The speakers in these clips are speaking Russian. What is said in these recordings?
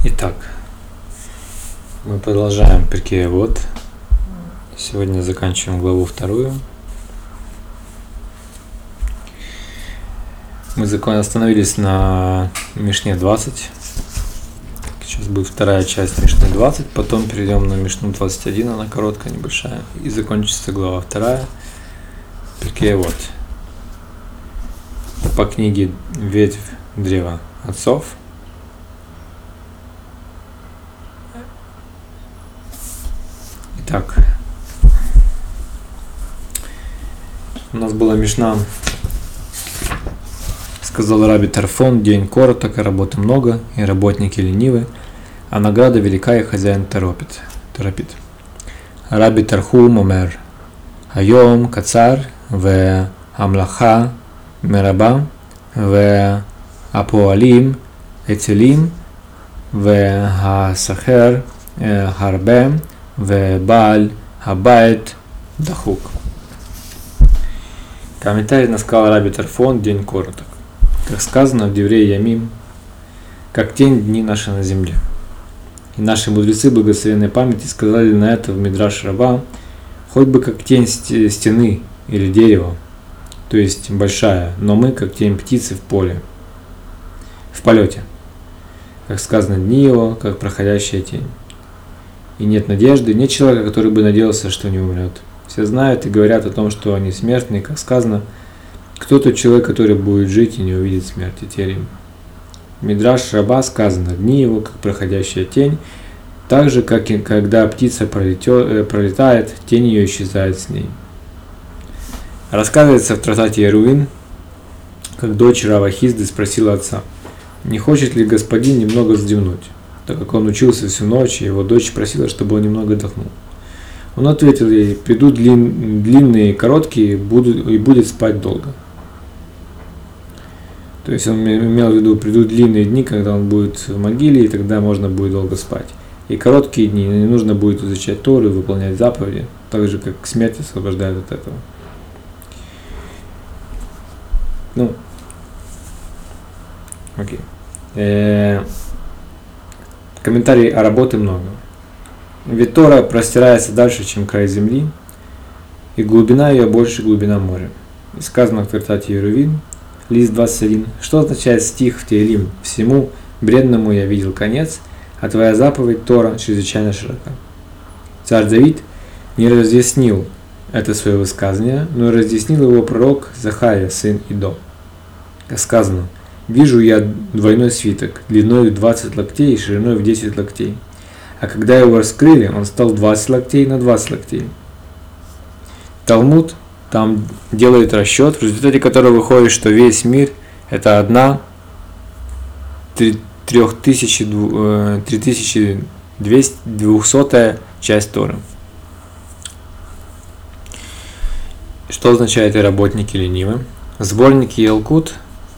Итак, мы продолжаем Перкей Авот. Сегодня заканчиваем главу 2. Мы остановились на Мишне 20. Сейчас будет вторая часть Мишны 20, потом перейдем на Мишну 21, она короткая, небольшая, и закончится глава 2 Перкей Авот. По книге «Ветвь древа отцов». Итак, у нас была Мишна, сказал Раби Тарфон: день короток, и работы много, и работники ленивы, а награда велика, и хозяин торопит. Раби Тарху момер: היום קצר והמלאכה מרבה והפועלים עצלים והשכר הרבה ובעל הבית דחוק. Комментарий на сказал Раби Тарфон: день короток. Как сказано в Деврее Ямим, как тень дни наши на земле. И наши мудрецы благословенной памяти сказали на это в Мидраш Раба: хоть бы как тень стены или дерева, то есть большая, но мы как тень птицы в полете. Как сказано, дни его, как проходящая тень. И нет надежды, нет человека, который бы надеялся, что не умрет. Все знают и говорят о том, что они смертны, как сказано, кто тот человек, который будет жить и не увидит смерти. Терим. В Мидраш Раба сказано: дни его, как проходящая тень, так же, как и когда птица пролетает, тень ее исчезает с ней. Рассказывается в трактате Ерувин, как дочь Рава Хизды спросила отца: не хочет ли господин немного вздремнуть, так как он учился всю ночь, и его дочь просила, чтобы он немного отдохнул. Он ответил ей: придут длинные и короткие, и будет спать долго. То есть он имел в виду, придут длинные дни, когда он будет в могиле, и тогда можно будет долго спать. И короткие дни, не нужно будет изучать Тору и выполнять заповеди, так же, как смерть освобождает от этого. Окей. Комментарий о работе много. Ведь Тора простирается дальше, чем край земли, и глубина ее больше глубина моря. И сказано в трактате Ерувин, лист 21, что означает стих в Теилим: всему бредному я видел конец, а твоя заповедь Тора чрезвычайно широка. Царь Давид не разъяснил это свое высказывание, но разъяснил его пророк Захария, сын Идо. Как сказано: вижу я двойной свиток, длиной в 20 локтей и шириной в 10 локтей. А когда его раскрыли, он стал 20 локтей на 20 локтей. Талмуд там делает расчет, в результате которого выходит, что весь мир – это одна 3200-я часть Торы. Что означает и работники ленивы? В сборнике Ялкут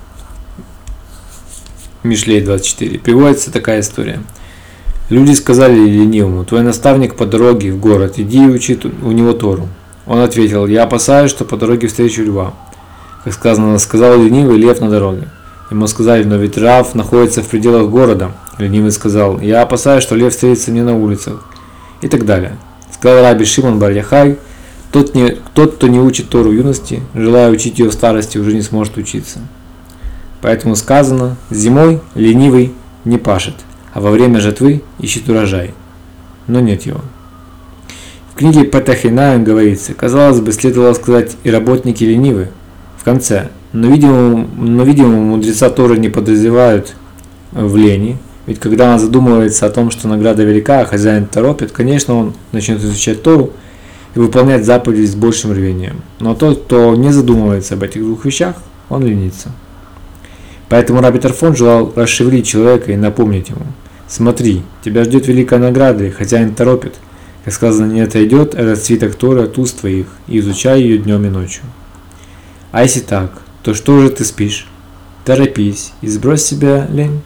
Мишлей 24 приводится такая история. Люди сказали ленивому: твой наставник по дороге в город, иди и учи у него Тору. Он ответил: я опасаюсь, что по дороге встречу льва. Как сказано, сказал ленивый: лев на дороге. Ему сказали: но ведь Рав находится в пределах города. Ленивый сказал: я опасаюсь, что лев встретится мне на улицах. И так далее. Сказал Раби Шимон бар Яхай: тот, кто не учит Тору в юности, желая учить ее в старости, уже не сможет учиться. Поэтому сказано: зимой ленивый не пашет, а во время жатвы ищет урожай, но нет его. В книге Петах Эйнаим говорится: казалось бы, следовало сказать и работники ленивы в конце, но видимо мудреца Торы не подозревают в лени, ведь когда он задумывается о том, что награда велика, а хозяин торопит, конечно, он начнет изучать Тору и выполнять заповеди с большим рвением. Но тот, кто не задумывается об этих двух вещах, он ленится. Поэтому Раби Тарфон желал расшевелить человека и напомнить ему: смотри, тебя ждет великая награда, и хозяин торопит. Как сказано, не отойдет этот свиток Торы от уст твоих, и изучай ее днем и ночью. А если так, то что же ты спишь? Торопись и сбрось с себя лень.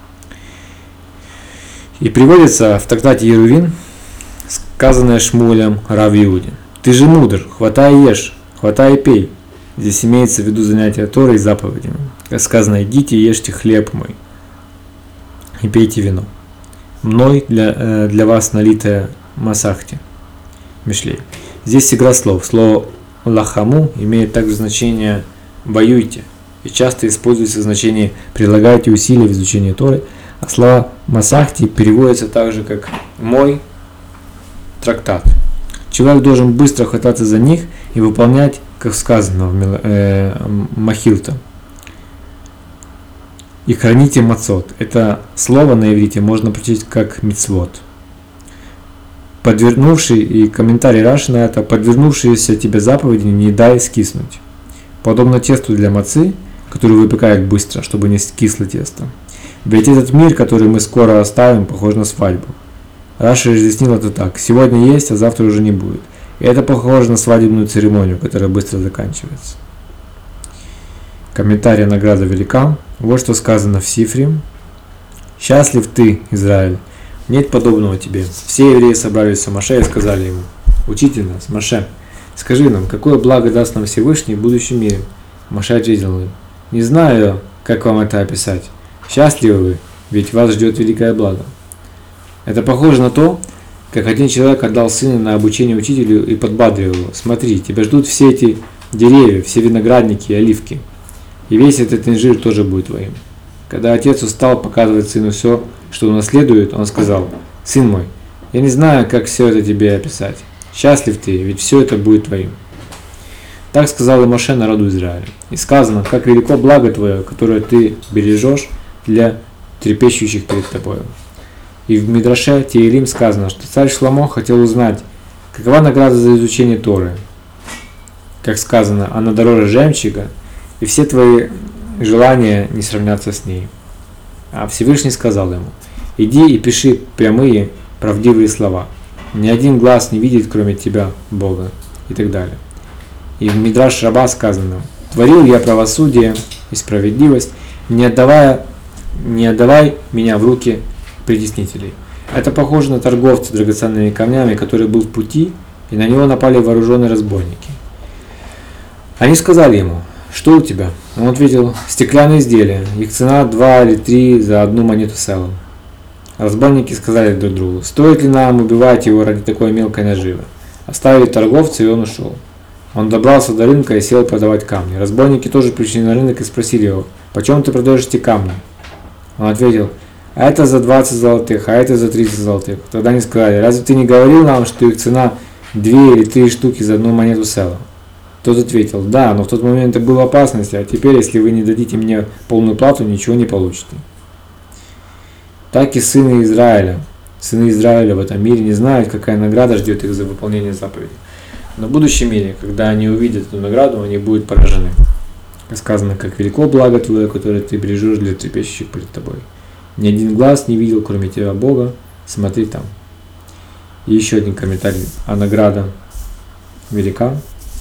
И приводится в трактате Ерувин, сказанное Шмулем Рав Иуде: ты же мудр, хватай и ешь, хватай и пей. Здесь имеется в виду занятие Торой и заповедями. Как сказано: идите и ешьте хлеб мой и пейте вино. мной для вас налитое Масахти. Мишлей. Здесь игра слов. Слово лахаму имеет также значение воюйте и часто используется в значении прилагайте усилия в изучении Торы, а слова Масахти переводятся также как мой трактат. Человек должен быстро хвататься за них и выполнять, как сказано в Махилта. И храните мацот. Это слово на иврите можно прочесть как мицвот. Подвернувший, и комментарий Раши на это, подвернувшиеся тебе заповеди не дай скиснуть. Подобно тесту для мацы, который выпекают быстро, чтобы не скисло тесто. Ведь этот мир, который мы скоро оставим, похож на свадьбу. Раши разъяснил это так. Сегодня есть, а завтра уже не будет. И это похоже на свадебную церемонию, которая быстро заканчивается. Комментарий награда велика. Вот что сказано в Сифре. «Счастлив ты, Израиль! Нет подобного тебе». Все евреи собрались у Моше и сказали ему: «Учитель нас, Моше, скажи нам, какое благо даст нам Всевышний в будущем мире?» Моше ответил им: «Не знаю, как вам это описать. Счастливы вы, ведь вас ждет великое благо». Это похоже на то, как один человек отдал сына на обучение учителю и подбадривал его: «Смотри, тебя ждут все эти деревья, все виноградники и оливки, и весь этот инжир тоже будет твоим». Когда отец устал показывать сыну все, что он наследует, он сказал: «Сын мой, я не знаю, как все это тебе описать. Счастлив ты, ведь все это будет твоим». Так сказал и Моше народу Израиля. И сказано: «Как велико благо твое, которое ты бережешь для трепещущих перед тобою». И в Мидраше Теилим сказано, что царь Шломо хотел узнать, какова награда за изучение Торы. Как сказано: «Она дороже жемчуга, и все твои желания не сравнятся с ней». А Всевышний сказал ему: «Иди и пиши прямые, правдивые слова. Ни один глаз не видит, кроме тебя, Бога». И так далее. И в Мидраш Раба сказано: «Творил я правосудие и справедливость, не отдавай меня в руки притеснителей». Это похоже на торговца драгоценными камнями, который был в пути, и на него напали вооруженные разбойники. Они сказали ему: «Что у тебя?» Он ответил: «Стеклянные изделия, их цена 2 или 3 за одну монету села». Разбойники сказали друг другу: «Стоит ли нам убивать его ради такой мелкой наживы?» Оставили торговца, и он ушел. Он добрался до рынка и сел продавать камни. Разбойники тоже пришли на рынок и спросили его: «Почем ты продаешь эти камни?» Он ответил: «А это за 20 золотых, а это за 30 золотых». Тогда они сказали: «Разве ты не говорил нам, что их цена 2 или 3 штуки за одну монету села?» Тот ответил: «Да, но в тот момент это была опасность, а теперь, если вы не дадите мне полную плату, ничего не получите». Так и сыны Израиля в этом мире не знают, какая награда ждет их за выполнение заповедей. Но в будущем мире, когда они увидят эту награду, они будут поражены. Сказано: «Как велико благо твое, которое ты бережешь для трепещущих перед тобой. Ни один глаз не видел, кроме тебя, Бога, смотри там». И еще один комментарий: «А награда велика».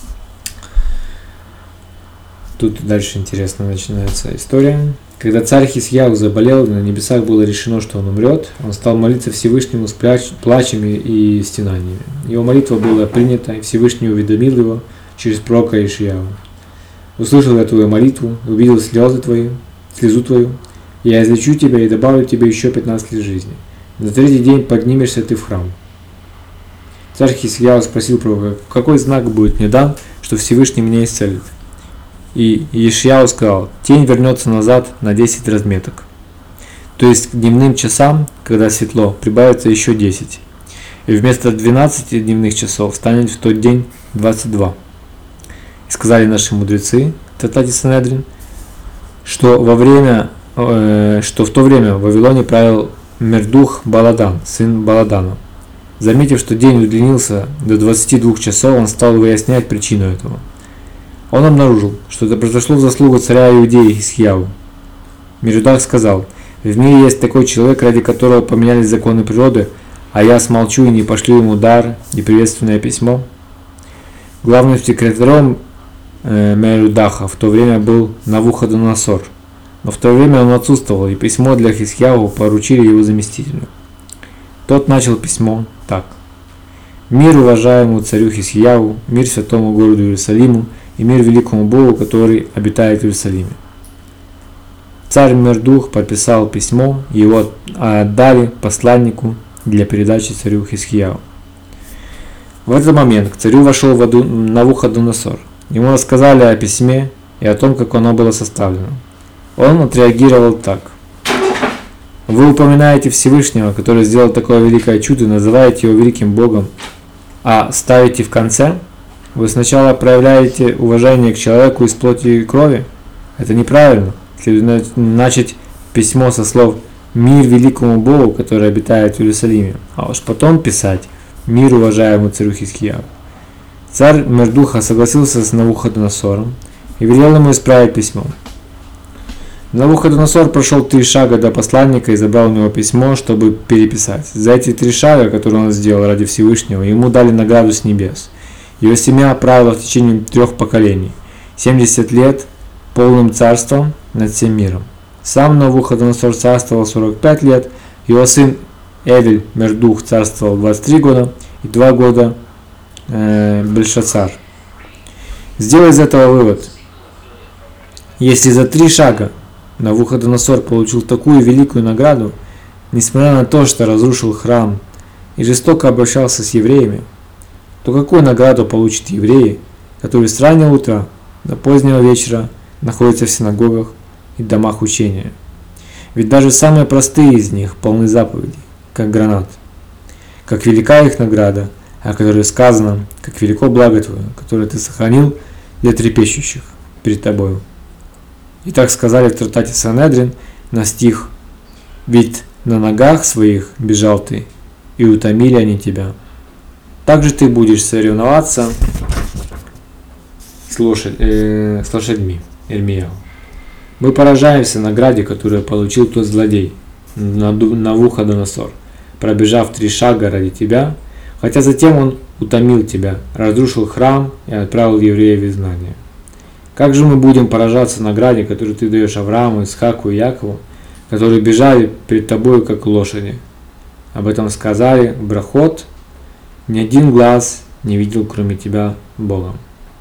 Тут дальше интересно начинается история. Когда царь Хизкияу заболел, на небесах было решено, что он умрет, он стал молиться Всевышнему с плачами и стенаниями. Его молитва была принята, и Всевышний уведомил его через пророка Ишияу: «Услышал я твою молитву, увидел слезу твою, я излечу тебя и добавлю тебе еще 15 лет жизни. На 3-й день поднимешься ты в храм». Царь Хизкияу спросил пророка: «Какой знак будет мне дан, что Всевышний меня исцелит?» И Ишияу сказал: «Тень вернется назад на 10 разметок». То есть к дневным часам, когда светло, прибавится еще 10. И вместо 12 дневных часов станет в тот день 22. И сказали наши мудрецы, Трактате Санедрин, что в то время в Вавилоне правил Мердух Баладан, сын Баладана. Заметив, что день удлинился до 22 часов, он стал выяснять причину этого. Он обнаружил, что это произошло в заслугу царя Иудеи Хизкияу. Мердух сказал: «В мире есть такой человек, ради которого поменялись законы природы, а я смолчу и не пошлю ему дар и приветственное письмо». Главным секретарем Мердаха в то время был Навуходоносор, но в то время он отсутствовал, и письмо для Хизкияу поручили его заместителю. Тот начал письмо так: «Мир уважаемому царю Хизкияу, мир святому городу Иерусалиму и мир великому Богу, который обитает в Иерусалиме. Царь Мердух подписал письмо, его отдали посланнику для передачи царю Хизкияу. В этот момент к царю вошел Навуходоносор. Ему рассказали о письме и о том, как оно было составлено. Он отреагировал так. Вы упоминаете Всевышнего, который сделал такое великое чудо, называете его великим Богом, а ставите в конце? Вы сначала проявляете уважение к человеку из плоти и крови? Это неправильно. Следует начать письмо со слов «Мир великому Богу, который обитает в Иерусалиме», а уж потом писать «Мир уважаемому царю Хизкияу». Царь Мердуха согласился с Навуходоносором и велел ему исправить письмо. Навуходоносор прошел 3 шага до посланника и забрал у него письмо, чтобы переписать. За эти 3 шага, которые он сделал ради Всевышнего, ему дали награду с небес. Его семья правила в течение 3 поколений, 70 лет полным царством над всем миром. Сам Навуходоносор царствовал 45 лет, его сын Эвель Мердух царствовал 23 года и 2 года Бельшацар. Сделай из этого вывод. Если за 3 шага Навуходоносор получил такую великую награду, несмотря на то, что разрушил храм и жестоко обращался с евреями, то какую награду получат евреи, которые с раннего утра до позднего вечера находятся в синагогах и домах учения? Ведь даже самые простые из них полны заповедей, как гранат. Как велика их награда, о которой сказано, как велико благо Твое, которое Ты сохранил для трепещущих перед Тобою. И так сказали в трактате Санедрин на стих: «Ведь на ногах своих бежал ты, и утомили они тебя. Также ты будешь соревноваться с лошадьми». Ирмияу. Мы поражаемся награде, которую получил тот злодей, Навуходоносор, пробежав 3 шага ради тебя, хотя затем он утомил тебя, разрушил храм и отправил евреев в изгнание. Как же мы будем поражаться награде, которую ты даешь Аврааму, Исхаку и Якову, которые бежали перед тобою, как лошади? Об этом сказали Брахот: ни один глаз не видел, кроме тебя, Бога.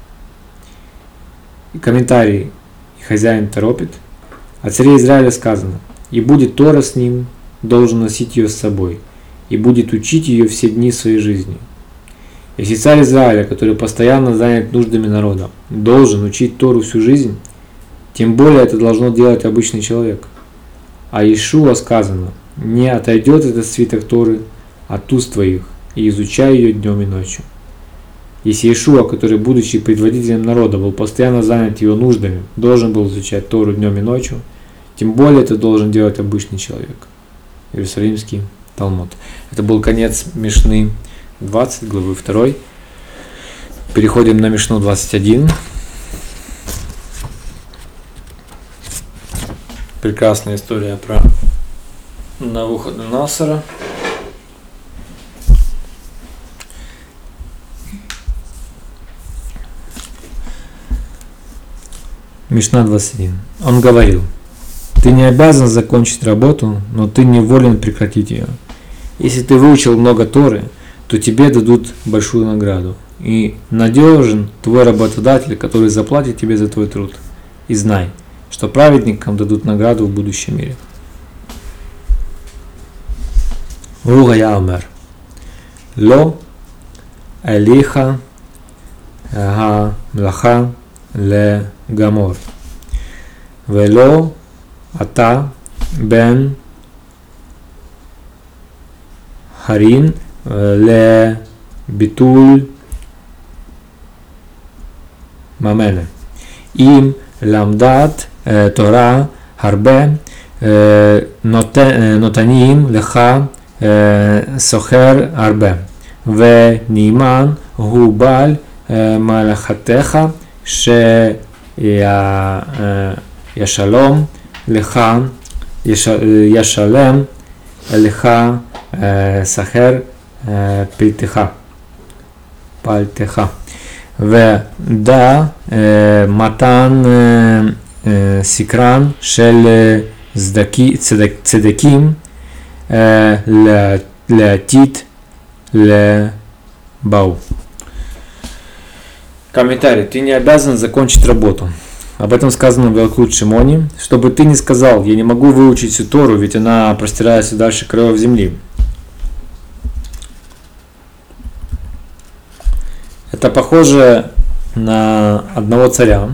И комментарий, и хозяин торопит. О царе Израиля сказано: и будет Тора с ним, должен носить ее с собой, и будет учить ее все дни своей жизни. Если царь Израиля, который постоянно занят нуждами народа, должен учить Тору всю жизнь, тем более это должно делать обычный человек. А Иешуа сказано: не отойдет этот свиток Торы от уст твоих, и изучай ее днем и ночью. Если Иешуа, который, будучи предводителем народа, был постоянно занят его нуждами, должен был изучать Тору днем и ночью, тем более это должен делать обычный человек. Иерусалимский Талмуд. Это был конец Мишны 20, главы 2. Переходим на Мишну 21. Прекрасная история про Навуходоносора. Мишна 21. Он говорил: ты не обязан закончить работу, но ты не волен прекратить ее. Если ты выучил много Торы, то тебе дадут большую награду. И надежен твой работодатель, который заплатит тебе за твой труд. И знай, что праведникам дадут награду в будущем мире. Ругая Омер. Ло элиха га млаха ле гамор. Вело ата бен харин ле битуль мамена. Им ламдат Тора харбе нотаним леха сохер арбе. ונימן הוא בעל מלאכתך שישלום לך ישלם לך שכר פלטך ודע מתן סקרן של צדקים לעתיד Бау. Комментарий. Ты не обязан закончить работу, Об этом сказано в Ялкут Шимони, чтобы ты не сказал, я не могу выучить всю Тору, ведь она простирается дальше краев земли. Это похоже на одного царя,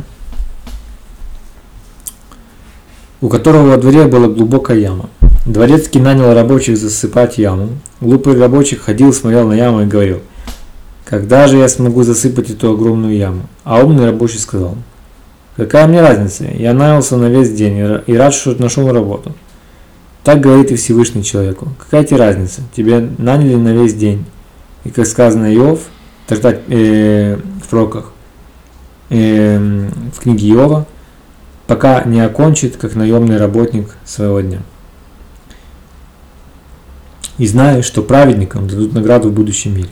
у которого во дворе была глубокая яма. Дворецкий нанял рабочих засыпать яму. Глупый рабочий ходил, смотрел на яму и говорил: «Когда же я смогу засыпать эту огромную яму?» А умный рабочий сказал: «Какая мне разница? Я нанялся на весь день и рад, что нашел работу». Так говорит и Всевышний человеку: «Какая тебе разница? Тебя наняли на весь день». И как сказано Иов, в пророках, в книге Иова, пока не окончит, как наемный работник своего дня. И знаешь, что праведникам дадут награду в будущем мире.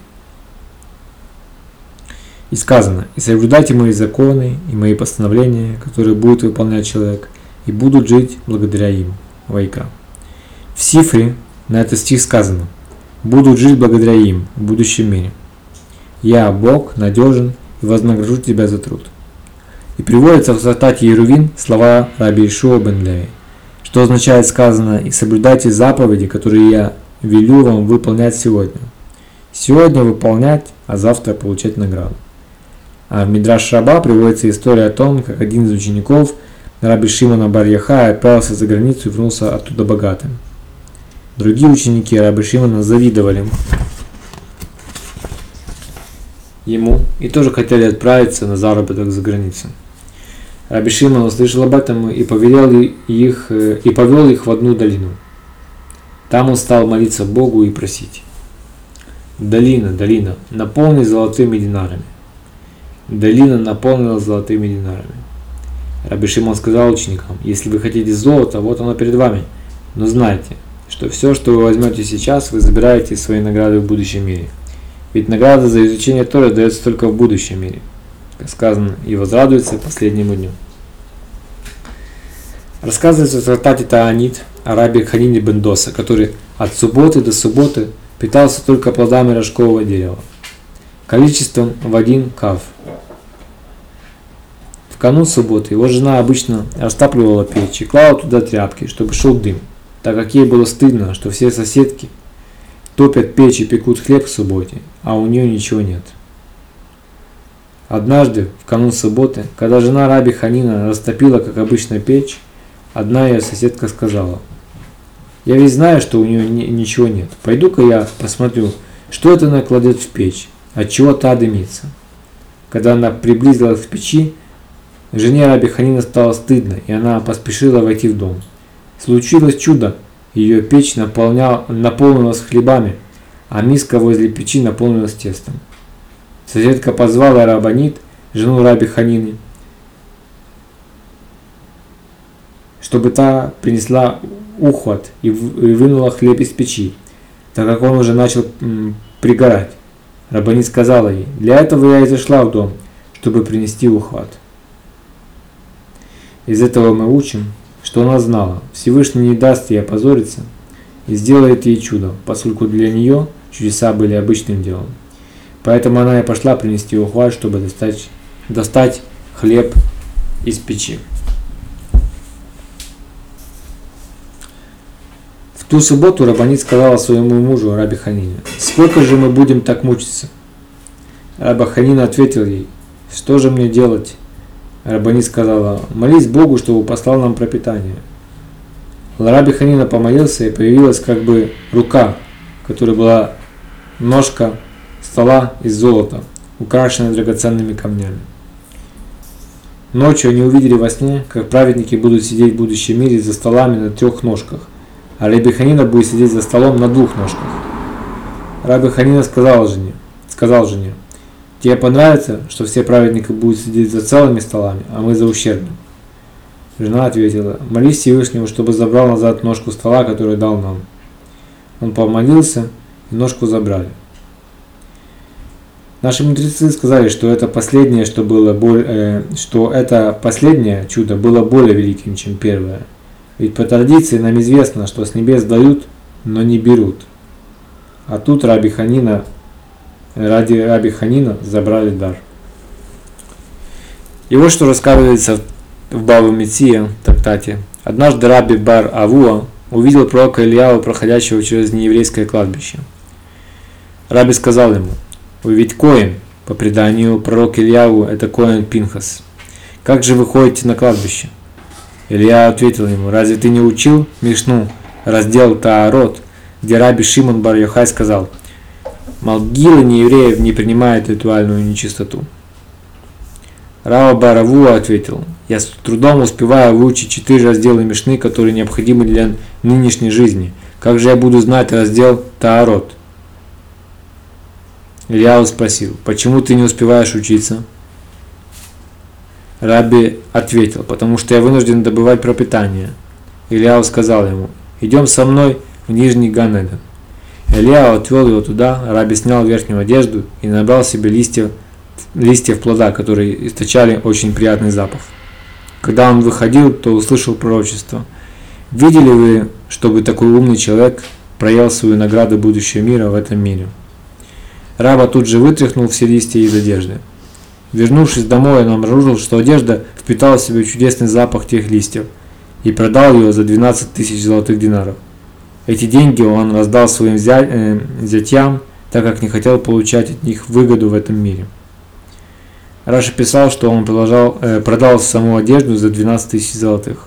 И сказано: «И соблюдайте мои законы и мои постановления, которые будет выполнять человек, и будут жить благодаря им». Вайкра. В Сифре на этот стих сказано: «Будут жить благодаря им в будущем мире. Я, Бог, надежен и вознагражу тебя за труд». И приводится в трактате Ерувин слова раби Ишуа бен Леви, что означает сказано: «И соблюдайте заповеди, которые я велю вам выполнять сегодня». Сегодня выполнять, а завтра получать награду. А в Мидраш Раба приводится история о том, как один из учеников раби Шимона бар Йохая отправился за границу и вернулся оттуда богатым. Другие ученики раби Шимона завидовали ему и тоже хотели отправиться на заработок за границу. Раби Шимон услышал об этом и повел их в одну долину. Там он стал молиться Богу и просить: «Долина, долина, наполни золотыми динарами». Долина наполнилась золотыми динарами. Раби Шимон сказал ученикам: «Если вы хотите золото, вот оно перед вами. Но знайте, что все, что вы возьмете сейчас, вы забираете свои награды в будущем мире. Ведь награда за изучение Торы дается только в будущем мире». Как сказано: «И возрадуется последнему дню». Рассказывается в трактате Таанит о рабе Ханине бен Доса, который от субботы до субботы питался только плодами рожкового дерева, количеством в 1 кав. В канун субботы его жена обычно растапливала печь и клала туда тряпки, чтобы шел дым, так как ей было стыдно, что все соседки топят печь и пекут хлеб в субботе, а у нее ничего нет. Однажды, в канун субботы, когда жена раби Ханина растопила, как обычно, печь, одна ее соседка сказала: «Я ведь знаю, что у нее ничего нет. Пойду-ка я посмотрю, что это она кладет в печь, отчего та дымится». Когда она приблизилась к печи, жене раби Ханина стало стыдно, и она поспешила войти в дом. Случилось чудо: ее печь наполнилась хлебами, а миска возле печи наполнилась тестом. Соседка позвала Рабанит, жену раби Ханины, чтобы та принесла ухват и вынула хлеб из печи, так как он уже начал пригорать. Рабанит сказала ей: «Для этого я и зашла в дом, чтобы принести ухват». Из этого мы учим, что она знала: Всевышний не даст ей опозориться и сделает ей чудо, поскольку для нее чудеса были обычным делом. Поэтому она и пошла принести ухват, чтобы достать хлеб из печи. В ту субботу Рабанит сказала своему мужу раби Ханине: «Сколько же мы будем так мучиться?» Раби Ханин ответил ей: «Что же мне делать?» Рабанит сказала: «Молись Богу, чтобы послал нам пропитание». Раби Ханина помолился, и появилась как бы рука, в которой была ножка стола из золота, украшенная драгоценными камнями. Ночью они увидели во сне, как праведники будут сидеть в будущем мире за столами на 3 ножках, а Раби Ханина будет сидеть за столом на 2 ножках. Раби Ханина сказал жене: «Тебе понравится, что все праведники будут сидеть за целыми столами, а мы за ущербным?» Жена ответила: «Молись Всевышнему, чтобы забрал назад ножку стола, которую дал нам». Он помолился, и ножку забрали. Наши мудрецы сказали, что это последнее чудо было более великим, чем первое. Ведь по традиции нам известно, что с небес дают, но не берут. А тут ради раби Ханина забрали дар. И вот что рассказывается в Бава Меция трактате. Однажды Раби бар Авуа увидел пророка Ильяву, проходящего через нееврейское кладбище. Раби сказал ему: «Вы ведь коэн, по преданию пророк Ильяву – это коэн Пинхас. Как же вы ходите на кладбище?» Илья ответил ему: «Разве ты не учил Мишну, раздел Таарот, где Раби Шимон бар Йохай сказал: могила неевреев не принимает ритуальную нечистоту?» Рава бар Авуа ответил: «Я с трудом успеваю выучить 4 раздела Мишны, которые необходимы для нынешней жизни. Как же я буду знать раздел Таарот?» Ильяу спросил: «Почему ты не успеваешь учиться?» Раби ответил: «Потому что я вынужден добывать пропитание». Ильяу сказал ему: «Идем со мной в Нижний Ганеден». Ильяу отвел его туда. Раби снял верхнюю одежду и набрал себе листьев плода, которые источали очень приятный запах. Когда он выходил, то услышал пророчество: «Видели вы, чтобы такой умный человек проел свою награду будущего мира в этом мире?» Раба тут же вытряхнул все листья из одежды. Вернувшись домой, он обнаружил, что одежда впитала в себя чудесный запах тех листьев, и продал ее за 12 тысяч золотых динаров. Эти деньги он раздал своим зятьям, так как не хотел получать от них выгоду в этом мире. Раши писал, что он продал саму одежду за 12 тысяч золотых.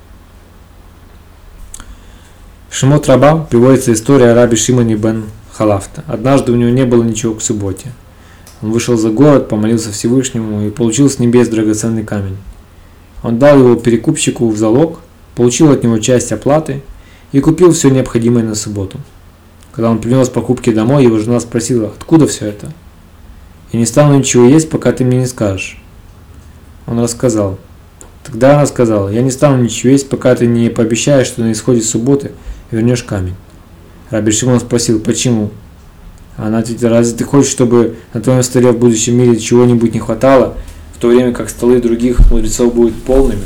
В Шемот Раба приводится история о Раби Шимоне бен Халафта. Однажды у него не было ничего к субботе. Он вышел за город, помолился Всевышнему и получил с небес драгоценный камень. Он дал его перекупщику в залог, получил от него часть оплаты и купил все необходимое на субботу. Когда он принес покупки домой, его жена спросила: «Откуда все это?» «Я не стану ничего есть, пока ты мне не скажешь». Он рассказал. Тогда она сказала: «Я не стану ничего есть, пока ты не пообещаешь, что на исходе субботы вернешь камень». Раби Шимон спросил: «Почему?» Она ответила: «Разве ты хочешь, чтобы на твоем столе в будущем мире чего-нибудь не хватало, в то время как столы других мудрецов будут полными?»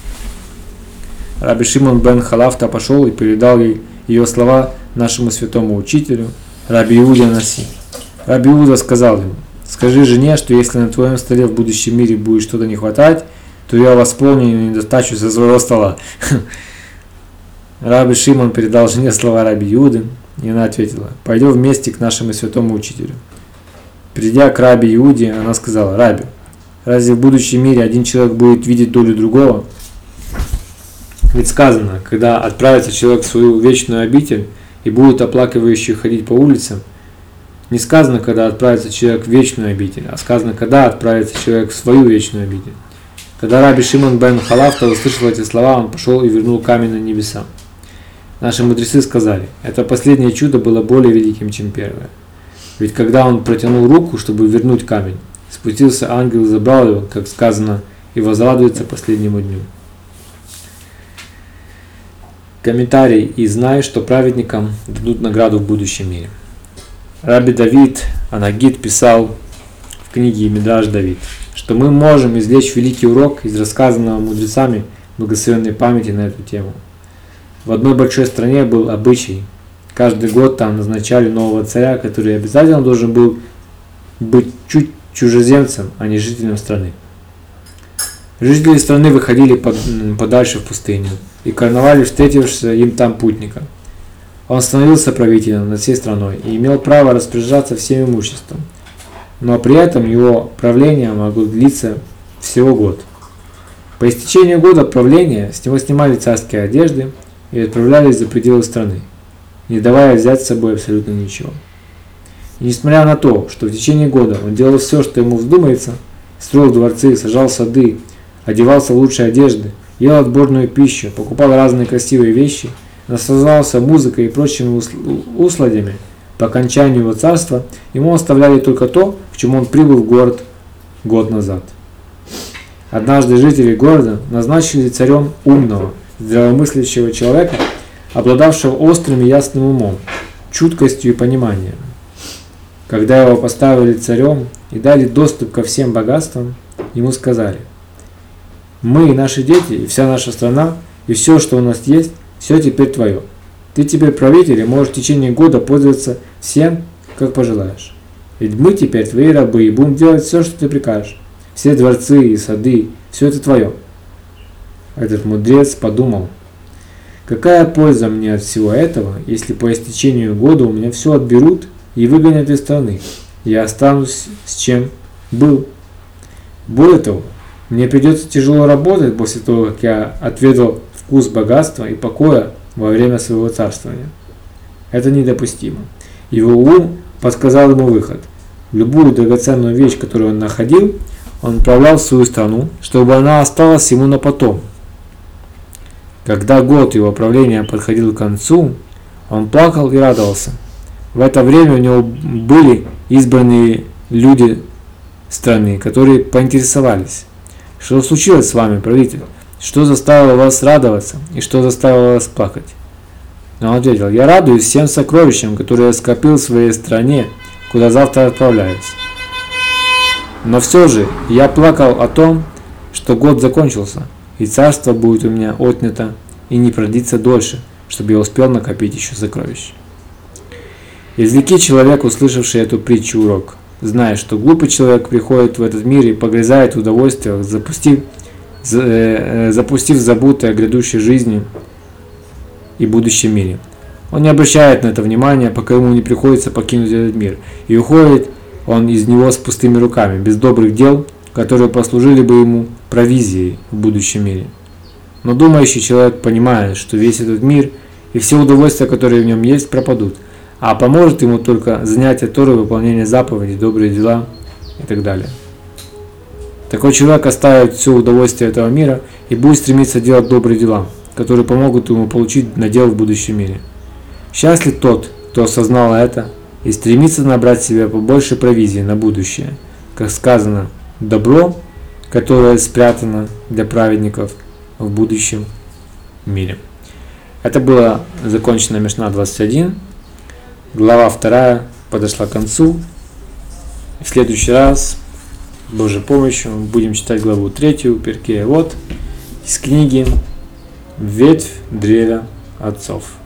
Раби Шимон бен Халафта пошел и передал ей ее слова нашему святому учителю Раби Иуде Наси. Раби Иуда сказал ему: «Скажи жене, что если на твоем столе в будущем мире будет что-то не хватать, то я восполню недостачу со своего стола». Раби Шимон передал жене слова Раби Иуды, и она ответила: «Пойдем вместе к нашему святому учителю». Придя к Раби Иуде, она сказала: «Раби, разве в будущем мире один человек будет видеть долю другого? Ведь сказано, когда отправится человек в свою вечную обитель и будет оплакивающий ходить по улицам, не сказано, когда отправится человек в вечную обитель, а сказано, когда отправится человек в свою вечную обитель». Когда Раби Шимон бен Халафта услышал эти слова, он пошел и вернул камень на небеса. Наши мудрецы сказали: это последнее чудо было более великим, чем первое. Ведь когда он протянул руку, чтобы вернуть камень, спустился ангел и забрал его, как сказано, и возрадуется последнему дню. Комментарий: и знай, что праведникам дадут награду в будущем мире. Раби Давид Анагид писал в книге Мидраш Давид, что мы можем извлечь великий урок из рассказанного мудрецами благословенной памяти на эту тему. В одной большой стране был обычай. Каждый год там назначали нового царя, который обязательно должен был быть чужеземцем, а не жителем страны. Жители страны выходили подальше в пустыню и карнавали встретившегося им там путника. Он становился правителем над всей страной и имел право распоряжаться всем имуществом, но при этом его правление могло длиться всего год. По истечению года правления с него снимали царские одежды и отправлялись за пределы страны, не давая взять с собой абсолютно ничего. И несмотря на то, что в течение года он делал все, что ему вздумается, строил дворцы, сажал сады, одевался в лучшие одежды, ел отборную пищу, покупал разные красивые вещи, наслаждался музыкой и прочими усладями, по окончанию его царства ему оставляли только то, к чему он прибыл в город год назад. Однажды жители города назначили царем умного, здравомыслящего человека, обладавшего острым и ясным умом, чуткостью и пониманием. Когда его поставили царем и дали доступ ко всем богатствам, ему сказали: «Мы и наши дети, и вся наша страна, и все, что у нас есть, все теперь твое. Ты теперь правитель и можешь в течение года пользоваться всем, как пожелаешь. Ведь мы теперь твои рабы и будем делать все, что ты прикажешь. Все дворцы и сады, все это твое». Этот мудрец подумал: какая польза мне от всего этого, если по истечению года у меня все отберут и выгонят из страны? Я останусь с чем был. Более того, мне придется тяжело работать после того, как я отведал вкус богатства и покоя во время своего царствования. Это недопустимо. Его ум подсказал ему выход. Любую драгоценную вещь, которую он находил, он отправлял в свою страну, чтобы она осталась ему на потом. Когда год его правления подходил к концу, он плакал и радовался. В это время у него были избранные люди страны, которые поинтересовались: что случилось с вами, правитель? Что заставило вас радоваться и что заставило вас плакать? Но он ответил: я радуюсь всем сокровищам, которые я скопил в своей стране, куда завтра отправляюсь. Но все же я плакал о том, что год закончился, и царство будет у меня отнято и не продлится дольше, чтобы я успел накопить еще сокровищ. Извлеки человек, услышавший эту притчу, урок, зная, что глупый человек приходит в этот мир и погрязает в удовольствиях, запустив забытое о грядущей жизни и будущем мире. Он не обращает на это внимания, пока ему не приходится покинуть этот мир, и уходит он из него с пустыми руками, без добрых дел, которые послужили бы ему провизией в будущем мире. Но думающий человек понимает, что весь этот мир и все удовольствия, которые в нем есть, пропадут, а поможет ему только занятие Торы, выполнение заповедей, добрые дела и так далее. Такой человек оставит все удовольствие этого мира и будет стремиться делать добрые дела, которые помогут ему получить надел в будущем мире. Счастлив тот, кто осознал это и стремится набрать себе побольше провизии на будущее. Как сказано, добро, которое спрятано для праведников в будущем мире. Это была закончена Мишна 21. Глава 2 подошла к концу. В следующий раз, с Божьей помощью, мы будем читать главу 3 Перкей Авот из книги «Ветвь древа отцов».